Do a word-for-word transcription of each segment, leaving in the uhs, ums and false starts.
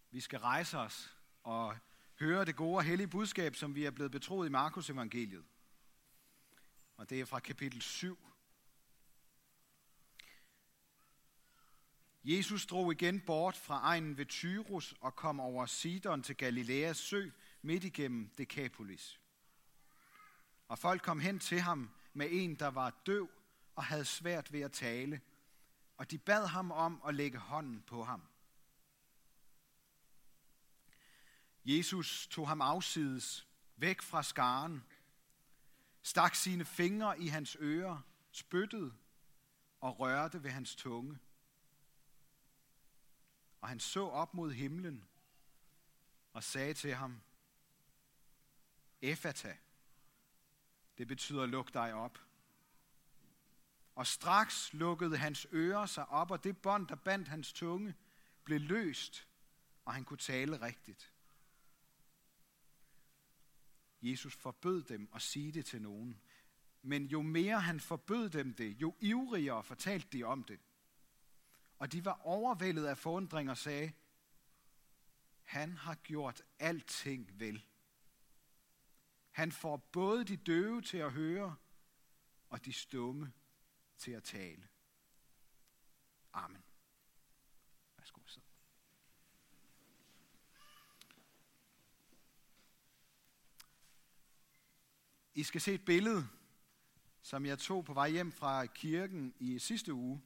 Vi skal rejse os og høre det gode og hellige budskab, som vi er blevet betroet i Markus evangeliet. Og det er fra kapitel syv. Jesus drog igen bort fra egnen ved Tyrus og kom over Sidon til Galilæas sø midt igennem Dekapolis. Og folk kom hen til ham med en, der var døv og havde svært ved at tale, og de bad ham om at lægge hånden på ham. Jesus tog ham afsides, væk fra skaren, stak sine fingre i hans ører, spyttede og rørte ved hans tunge. Og han så op mod himlen og sagde til ham, Efata, det betyder luk dig op. Og straks lukkede hans ører sig op, og det bånd, der bandt hans tunge, blev løst, og han kunne tale rigtigt. Jesus forbød dem at sige det til nogen, men jo mere han forbød dem det, jo ivrigere fortalte de om det. Og de var overvældet af forundring og sagde, han har gjort alting vel. Han får både de døve til at høre, og de stumme til at tale. Amen. Værsgo, sid. I skal se et billede, som jeg tog på vej hjem fra kirken i sidste uge.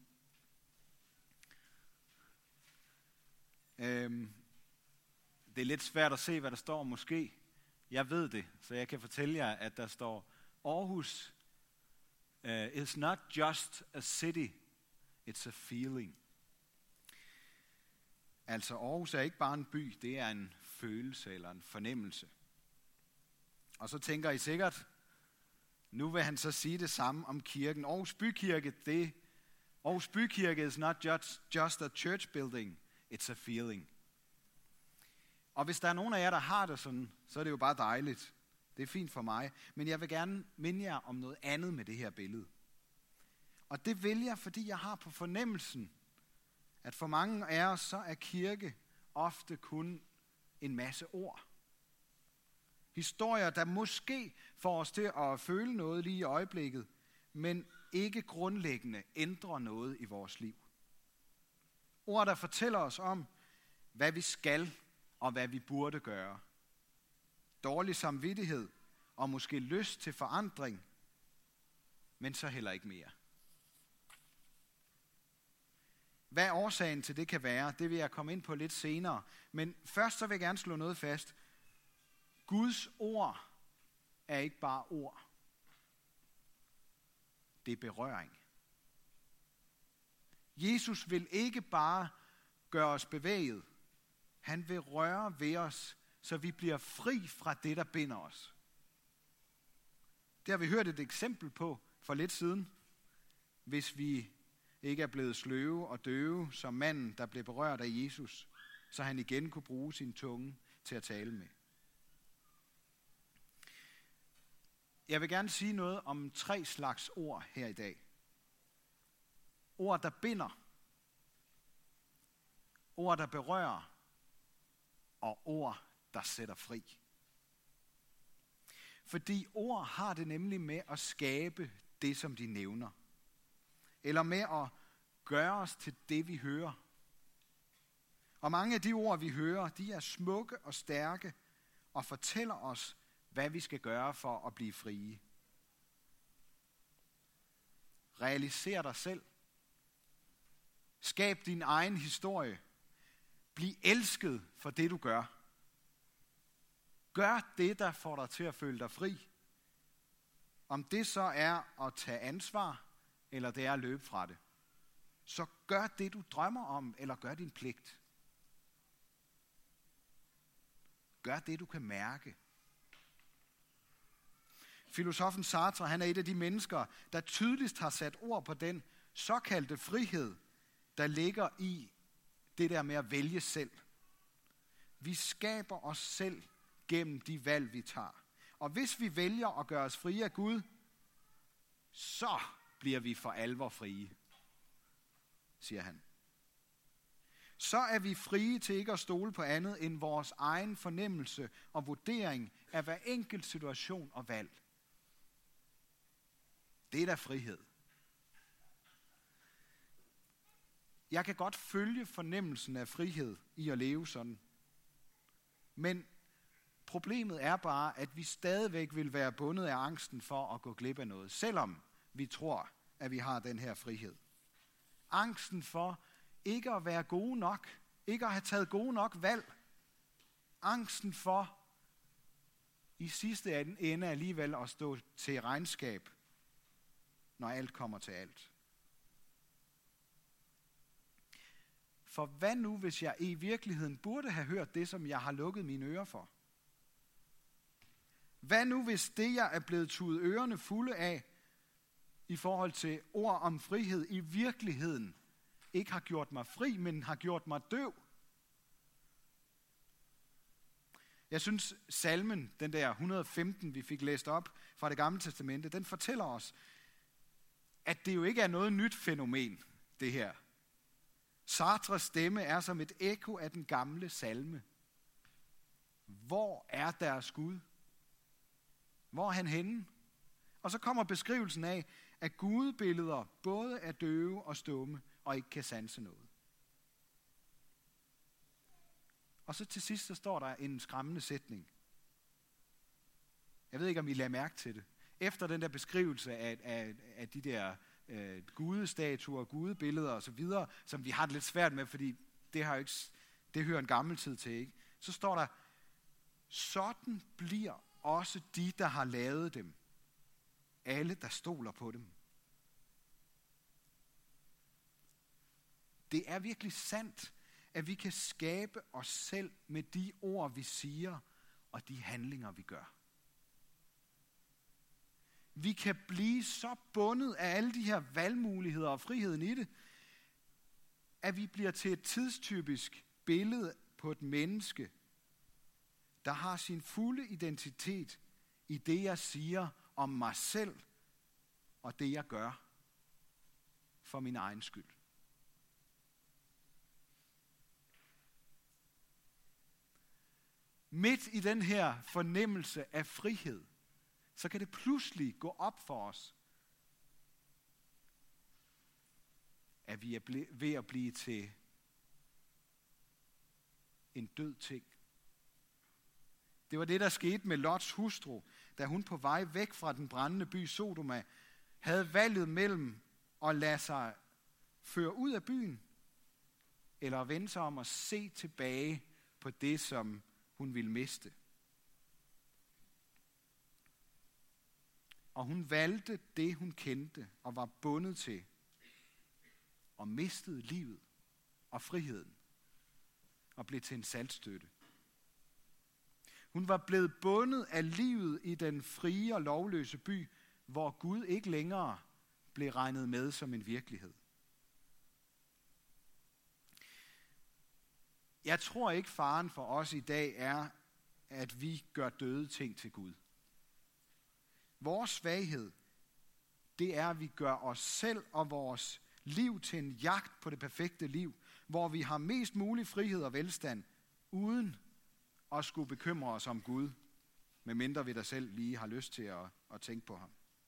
Øhm, det er lidt svært at se, hvad der står måske. Jeg ved det, så jeg kan fortælle jer, at der står, Aarhus uh, is not just a city, it's a feeling. Altså Aarhus er ikke bare en by, det er en følelse eller en fornemmelse. Og så tænker I sikkert, nu vil han så sige det samme om kirken. Aarhus Bykirke, det, Aarhus Bykirke is not just, just a church building, it's a feeling. Og hvis der er nogen af jer, der har det sådan, så er det jo bare dejligt. Det er fint for mig. Men jeg vil gerne minde jer om noget andet med det her billede. Og det vil jeg, fordi jeg har på fornemmelsen, at for mange af os, så er kirke ofte kun en masse ord. Historier, der måske får os til at føle noget lige i øjeblikket, men ikke grundlæggende ændrer noget i vores liv. Ord, der fortæller os om, hvad vi skal og hvad vi burde gøre. Dårlig samvittighed og måske lyst til forandring, men så heller ikke mere. Hvad årsagen til det kan være, det vil jeg komme ind på lidt senere. Men først så vil jeg gerne slå noget fast. Guds ord er ikke bare ord. Det er berøring. Jesus vil ikke bare gøre os bevæget. Han vil røre ved os, så vi bliver fri fra det, der binder os. Det har vi hørt et eksempel på for lidt siden. Hvis vi ikke er blevet sløve og døve som manden, der blev berørt af Jesus, så han igen kunne bruge sin tunge til at tale med. Jeg vil gerne sige noget om tre slags ord her i dag. Ord, der binder. Ord, der berører. Og ord, der sætter fri. Fordi ord har det nemlig med at skabe det, som de nævner. Eller med at gøre os til det, vi hører. Og mange af de ord, vi hører, de er smukke og stærke og fortæller os, hvad vi skal gøre for at blive frie. Realiser dig selv. Skab din egen historie. Bliv elsket for det, du gør. Gør det, der får dig til at føle dig fri. Om det så er at tage ansvar, eller det er at løbe fra det. Så gør det, du drømmer om, eller gør din pligt. Gør det, du kan mærke. Filosofen Sartre, han er et af de mennesker, der tydeligst har sat ord på den såkaldte frihed, der ligger i det der med at vælge selv. Vi skaber os selv gennem de valg, vi tager. Og hvis vi vælger at gøre os frie af Gud, så bliver vi for alvor frie, siger han. så er vi frie til ikke at stole på andet end vores egen fornemmelse og vurdering af hver enkelt situation og valg. Det er da frihed. Jeg kan godt følge fornemmelsen af frihed i at leve sådan. Men problemet er bare, at vi stadigvæk vil være bundet af angsten for at gå glip af noget, selvom vi tror, at vi har den her frihed. Angsten for ikke at være gode nok, ikke at have taget gode nok valg. Angsten for i sidste ende alligevel at stå til regnskab, når alt kommer til alt. For hvad nu, hvis jeg i virkeligheden burde have hørt det, som jeg har lukket mine ører for? Hvad nu, hvis det, jeg er blevet tudet ørerne fulde af, i forhold til ord om frihed, i virkeligheden ikke har gjort mig fri, men har gjort mig døv? Jeg synes, salmen, den der et hundrede og femten, vi fik læst op fra Det Gamle Testamente, den fortæller os, at det jo ikke er noget nyt fænomen, det her. Sartres stemme er som et ekko af den gamle salme. Hvor er deres Gud? Hvor er han henne? Og så kommer beskrivelsen af, at gudebilleder både er døve og stumme og ikke kan sanse noget. Og så til sidst så står der en skræmmende sætning. Jeg ved ikke, om I lader mærke til det. Efter den der beskrivelse af, af, af de der øh, gudestatuer, gudebilleder osv., som vi har det lidt svært med, fordi det, har jo ikke, det hører en gammel tid til, ikke? Så står der, sådan bliver også de, der har lavet dem. Alle, der stoler på dem. Det er virkelig sandt, at vi kan skabe os selv med de ord, vi siger, og de handlinger, vi gør. Vi kan blive så bundet af alle de her valgmuligheder og friheden i det, at vi bliver til et tidstypisk billede på et menneske, der har sin fulde identitet i det, jeg siger om mig selv og det, jeg gør for min egen skyld. Midt i den her fornemmelse af frihed, så kan det pludselig gå op for os, at vi er ved at blive til en død ting. Det var det, der skete med Lots hustru, da hun på vej væk fra den brændende by Sodoma havde valget mellem at lade sig føre ud af byen, eller at vende sig om og se tilbage på det, som hun ville miste. Og hun valgte det, hun kendte og var bundet til, og mistede livet og friheden, og blev til en saltstøtte. Hun var blevet bundet af livet i den frie og lovløse by, hvor Gud ikke længere blev regnet med som en virkelighed. Jeg tror ikke, faren for os i dag er, at vi gør døde ting til Gud. Vores svaghed, det er, at vi gør os selv og vores liv til en jagt på det perfekte liv, hvor vi har mest mulig frihed og velstand, uden at skulle bekymre os om Gud, medmindre vi der selv lige har lyst til at, at tænke på ham.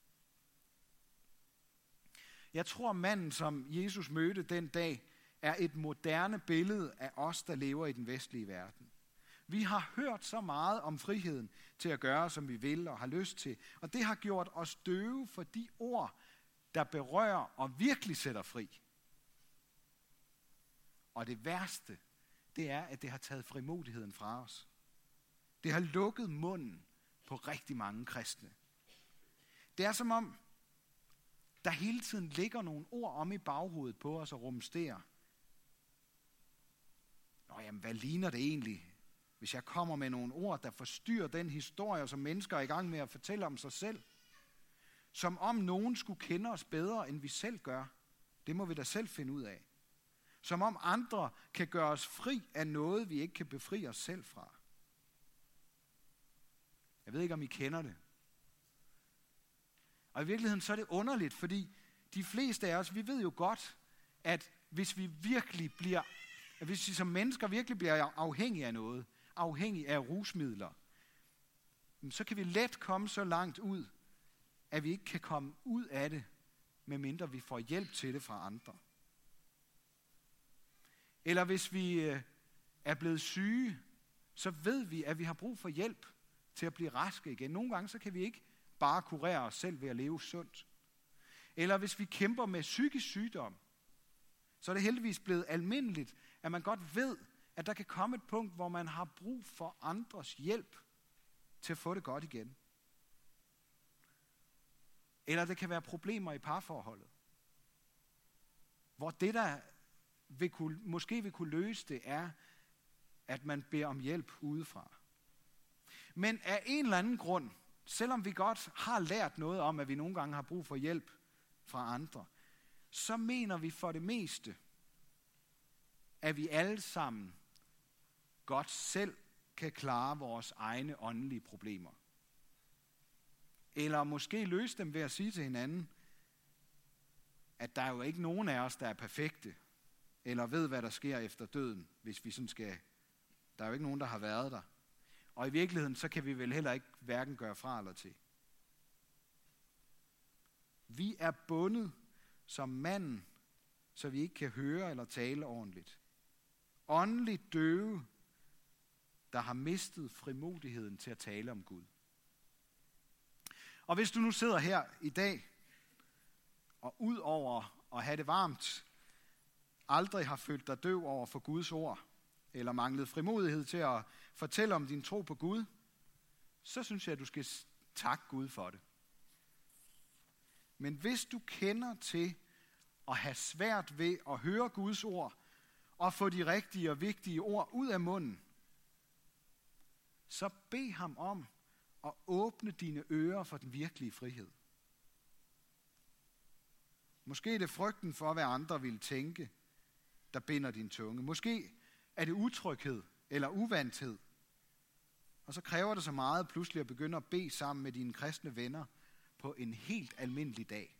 Jeg tror, manden, som Jesus mødte den dag, er et moderne billede af os, der lever i den vestlige verden. Vi har hørt så meget om friheden til at gøre, som vi vil og har lyst til, og det har gjort os døve for de ord, der berører og virkelig sætter fri. Og det værste, det er, at det har taget frimodigheden fra os. Det har lukket munden på rigtig mange kristne. Det er som om, der hele tiden ligger nogle ord om i baghovedet på os og rumsterer. Nå jamen, hvad ligner det egentlig, hvis jeg kommer med nogle ord, der forstyrrer den historie, som mennesker er i gang med at fortælle om sig selv? Som om nogen skulle kende os bedre, end vi selv gør. Det må vi da selv finde ud af. Som om andre kan gøre os fri af noget, vi ikke kan befri os selv fra. Jeg ved ikke, om I kender det. Og i virkeligheden så er det underligt, fordi de fleste af os, vi ved jo godt, at hvis vi virkelig bliver at hvis vi som mennesker virkelig bliver afhængige af noget, afhængige af rusmidler, så kan vi let komme så langt ud, at vi ikke kan komme ud af det, medmindre vi får hjælp til det fra andre. Eller hvis vi er blevet syge, så ved vi, at vi har brug for hjælp til at blive raske igen. Nogle gange så kan vi ikke bare kurere os selv ved at leve sundt. Eller hvis vi kæmper med psykisk sygdom, så er det heldigvis blevet almindeligt, at man godt ved, at der kan komme et punkt, hvor man har brug for andres hjælp til at få det godt igen. Eller det kan være problemer i parforholdet, hvor det, der vil kunne, måske vil kunne løse det, er, at man beder om hjælp udefra. Men af en eller anden grund, selvom vi godt har lært noget om, at vi nogle gange har brug for hjælp fra andre, så mener vi for det meste, at vi alle sammen godt selv kan klare vores egne åndelige problemer. Eller måske løse dem ved at sige til hinanden, at der er jo ikke nogen af os, der er perfekte, eller ved, hvad der sker efter døden, hvis vi sådan skal. Der er jo ikke nogen, der har været der. Og i virkeligheden, så kan vi vel heller ikke hverken gøre fra eller til. Vi er bundet som manden, så vi ikke kan høre eller tale ordentligt. Åndeligt døve, der har mistet frimodigheden til at tale om Gud. Og hvis du nu sidder her i dag, og ud over at have det varmt, aldrig har følt dig døv over for Guds ord, eller manglet frimodighed til at fortælle om din tro på Gud, så synes jeg, at du skal takke Gud for det. Men hvis du kender til at have svært ved at høre Guds ord, og få de rigtige og vigtige ord ud af munden, så bed ham om at åbne dine ører for den virkelige frihed. Måske er det frygten for, hvad andre vil tænke, der binder din tunge. Måske er det utryghed eller uvanthed. Og så kræver det så meget pludselig at begynde at bede sammen med dine kristne venner på en helt almindelig dag.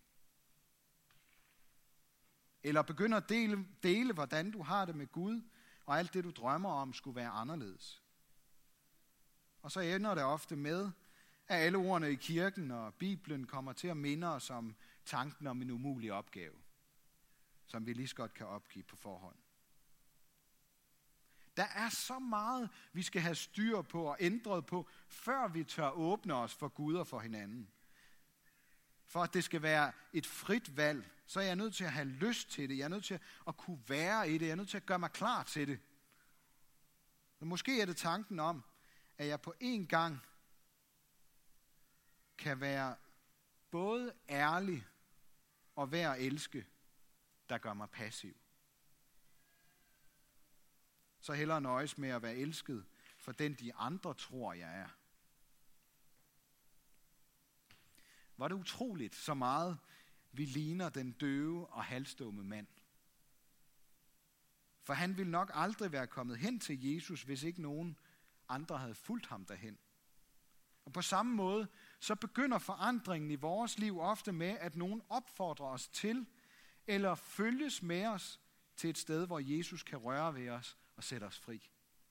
Eller begynde at dele, dele, hvordan du har det med Gud, og alt det, du drømmer om, skulle være anderledes. Og så ender det ofte med, at alle ordene i kirken og Bibelen kommer til at minde os om tanken om en umulig opgave, som vi lige så godt kan opgive på forhånd. Der er så meget, vi skal have styr på og ændret på, før vi tør åbne os for Gud og for hinanden. For at det skal være et frit valg, så er jeg nødt til at have lyst til det. Jeg er nødt til at kunne være i det. Jeg er nødt til at gøre mig klar til det. Men måske er det tanken om, at jeg på én gang kan være både ærlig og værd at elske, der gør mig passiv. Så hellere nøjes med at være elsket for den, de andre tror, jeg er. Var det utroligt, så meget vi ligner den døve og halvstumme mand. For han ville nok aldrig være kommet hen til Jesus, hvis ikke nogen andre havde fulgt ham derhen. Og på samme måde, så begynder forandringen i vores liv ofte med, at nogen opfordrer os til, eller følges med os til et sted, hvor Jesus kan røre ved os og sætte os fri.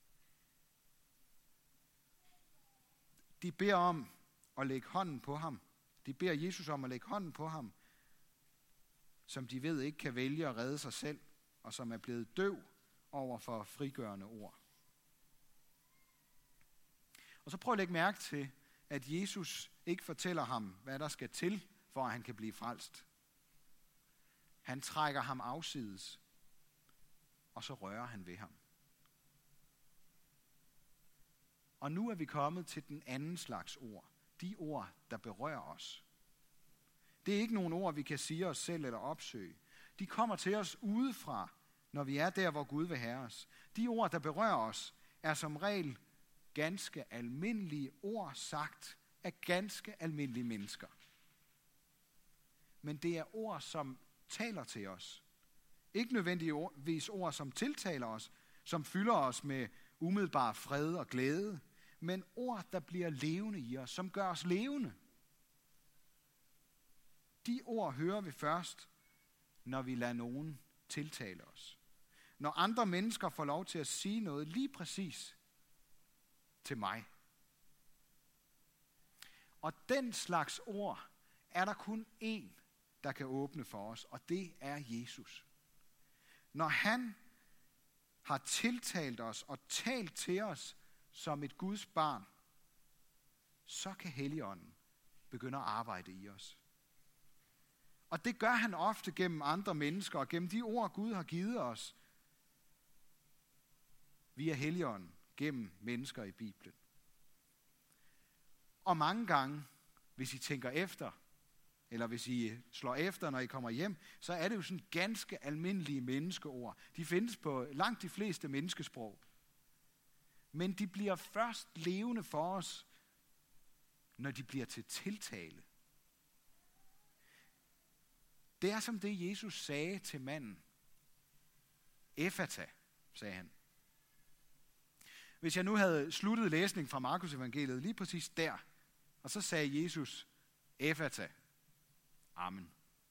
De beder om at lægge hånden på ham. De beder Jesus om at lægge hånden på ham, som de ved ikke kan vælge at redde sig selv, og som er blevet døv over for frigørende ord. Og så prøv at lægge mærke til, at Jesus ikke fortæller ham, hvad der skal til, for at han kan blive frelst. Han trækker ham afsides, og så rører han ved ham. Og nu er vi kommet til den anden slags ord. De ord, der berører os. Det er ikke nogen ord, vi kan sige os selv eller opsøge. De kommer til os udefra, når vi er der, hvor Gud vil have os. De ord, der berører os, er som regel ganske almindelige ord sagt af ganske almindelige mennesker. Men det er ord, som taler til os. Ikke nødvendigvis ord, som tiltaler os, som fylder os med umiddelbar fred og glæde, men ord, der bliver levende i os, som gør os levende. De ord hører vi først, når vi lader nogen tiltale os. når andre mennesker får lov til at sige noget lige præcis til mig. Og den slags ord er der kun én, der kan åbne for os, og det er Jesus. Når han har tiltalt os og talt til os som et Guds barn, så kan Helligånden begynde at arbejde i os. Og det gør han ofte gennem andre mennesker, og gennem de ord, Gud har givet os, via Helligånden, gennem mennesker i Bibelen. Og mange gange, hvis I tænker efter, eller hvis I slår efter, når I kommer hjem, så er det jo sådan ganske almindelige menneskeord. De findes på langt de fleste menneskesprog. Men de bliver først levende for os, når de bliver til tiltale. Det er som det, Jesus sagde til manden. Efata, sagde han. Hvis jeg nu havde sluttet læsning fra Markus evangeliet lige præcis der, og så sagde Jesus, Efata, amen.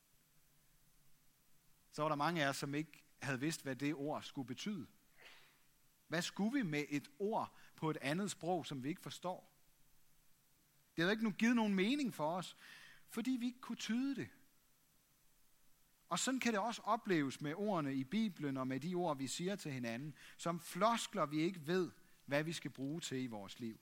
Så var der mange af os, som ikke havde vidst, hvad det ord skulle betyde. Hvad skulle vi med et ord på et andet sprog, som vi ikke forstår? Det havde ikke givet nogen mening for os, fordi vi ikke kunne tyde det. Og sådan kan det også opleves med ordene i Bibelen og med de ord, vi siger til hinanden, som floskler, vi ikke ved, hvad vi skal bruge til i vores liv.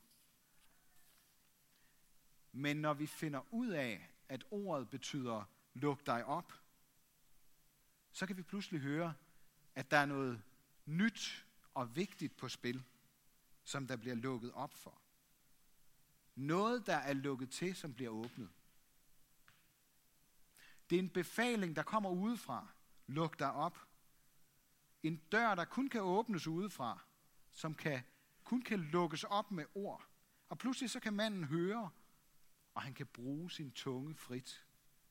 Men når vi finder ud af, at ordet betyder luk dig op, så kan vi pludselig høre, at der er noget nyt og vigtigt på spil, som der bliver lukket op for. Noget, der er lukket til, som bliver åbnet. Det er en befaling, der kommer udefra. Luk dig op. En dør, der kun kan åbnes udefra, som kan, kun kan lukkes op med ord. Og pludselig så kan manden høre, og han kan bruge sin tunge frit.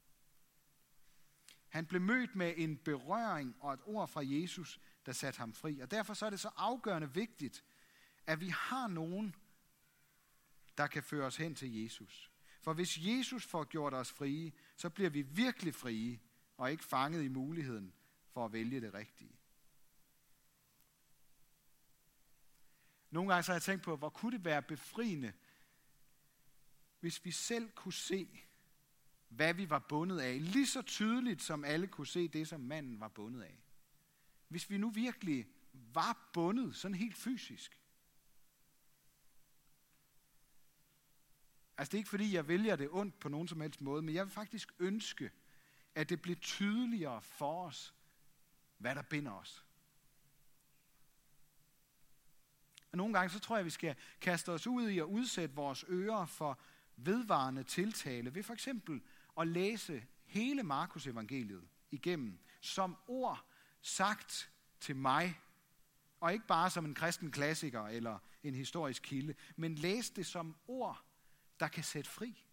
Han blev mødt med en berøring og et ord fra Jesus, der satte ham fri. Og derfor så er det så afgørende vigtigt, at vi har nogen, der kan føre os hen til Jesus. For hvis Jesus får gjort os frie, så bliver vi virkelig frie, og ikke fanget i muligheden for at vælge det rigtige. Nogle gange så har jeg tænkt på, hvor kunne det være befriende, hvis vi selv kunne se, hvad vi var bundet af, lige så tydeligt som alle kunne se det, som manden var bundet af. Hvis vi nu virkelig var bundet, sådan helt fysisk. Altså det er ikke fordi, jeg vælger det ondt på nogen som helst måde, men jeg vil faktisk ønske, at det bliver tydeligere for os, hvad der binder os. Og nogle gange så tror jeg, at vi skal kaste os ud i at udsætte vores ører for vedvarende tiltale, ved for eksempel at læse hele Markus evangeliet igennem, som ord sagt til mig, og ikke bare som en kristen klassiker eller en historisk kilde, men læse det som ord, der kan sætte fri.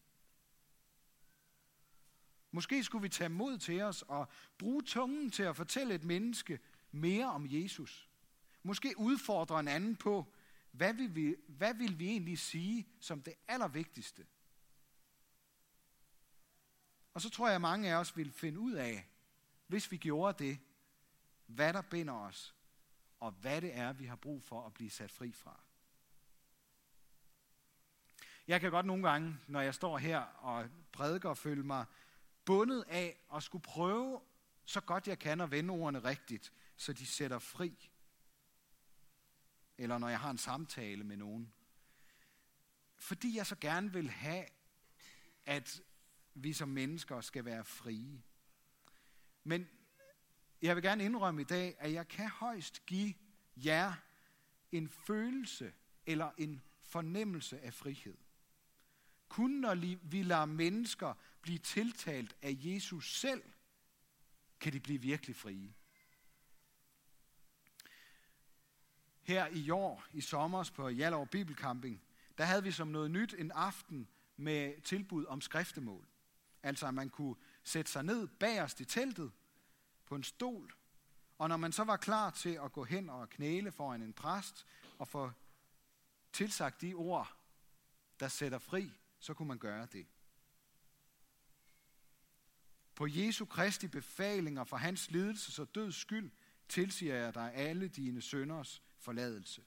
Måske skulle vi tage mod til os og bruge tungen til at fortælle et menneske mere om Jesus. Måske udfordre en anden på, hvad vil vi, hvad vil vi egentlig sige som det allervigtigste? Og så tror jeg, at mange af os vil finde ud af, hvis vi gjorde det, hvad der binder os, og hvad det er, vi har brug for at blive sat fri fra. Jeg kan godt nogle gange, når jeg står her og prædiker, føle mig bundet af at skulle prøve så godt jeg kan at vende ordene rigtigt, så de sætter fri. Eller når jeg har en samtale med nogen. Fordi jeg så gerne vil have, at vi som mennesker skal være frie. Men jeg vil gerne indrømme i dag, at jeg kan højst give jer en følelse eller en fornemmelse af frihed. Kun når vi lader mennesker blive tiltalt af Jesus selv, kan de blive virkelig frie. Her i år, i sommer på Hjallerup Bibelcamping, der havde vi som noget nyt en aften med tilbud om skriftemål. Altså at man kunne sætte sig ned bagerst i teltet på en stol, og når man så var klar til at gå hen og knæle foran en præst og få tilsagt de ord, der sætter fri, så kunne man gøre det. På Jesu Kristi befalinger for hans lidelses og døds skyld tilsiger jeg dig alle dine synders forladelse.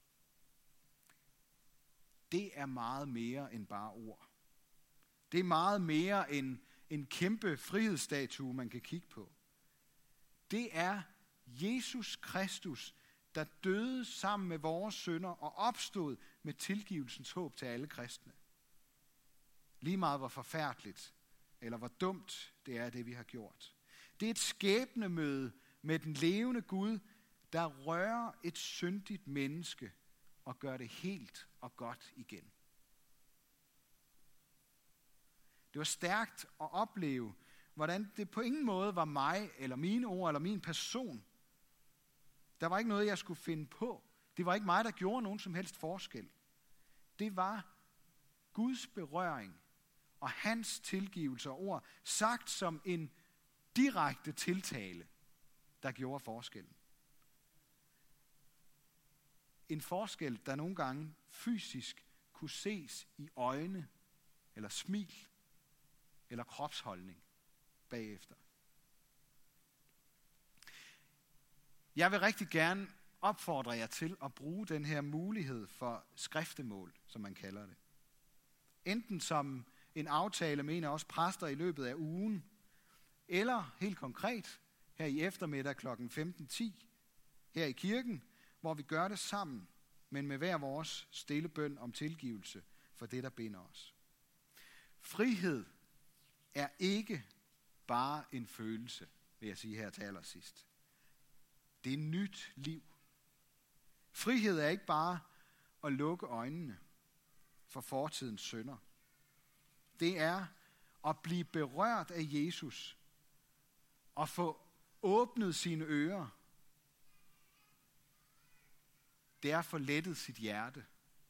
Det er meget mere end bare ord. Det er meget mere end en kæmpe frihedsstatue, man kan kigge på. Det er Jesus Kristus, der døde sammen med vores synder og opstod med tilgivelsens håb til alle kristne. Lige meget hvor forfærdeligt eller hvor dumt det er, det vi har gjort. Det er et skæbnemøde med den levende Gud, der rører et syndigt menneske og gør det helt og godt igen. Det var stærkt at opleve, hvordan det på ingen måde var mig, eller mine ord, eller min person. Der var ikke noget, jeg skulle finde på. Det var ikke mig, der gjorde nogen som helst forskel. Det var Guds berøring og hans tilgivelse og ord, sagt som en direkte tiltale, der gjorde forskellen. En forskel, der nogle gange fysisk kunne ses i øjne, eller smil, eller kropsholdning bagefter. Jeg vil rigtig gerne opfordre jer til at bruge den her mulighed for skriftemål, som man kalder det. Enten som en aftale med en af os præster i løbet af ugen, eller helt konkret her i eftermiddag klokken femten ti her i kirken, hvor vi gør det sammen, men med hver vores stille bøn om tilgivelse for det, der binder os. Frihed er ikke bare en følelse, vil jeg sige her til allersidst. Det er nyt liv. Frihed er ikke bare at lukke øjnene for fortidens synder. Det er at blive berørt af Jesus og få åbnet sine ører. Det er at få lettet sit hjerte.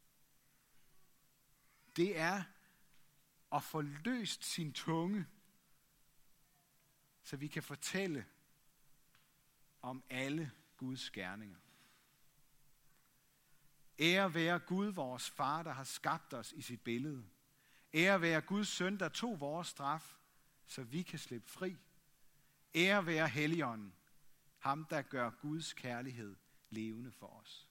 Det er at få løst sin tunge, så vi kan fortælle om alle Guds gerninger. Ære være Gud, vores far, der har skabt os i sit billede. Ære være Guds søn, der tog vores straf, så vi kan slippe fri. Ære være Helligånden, ham der gør Guds kærlighed levende for os.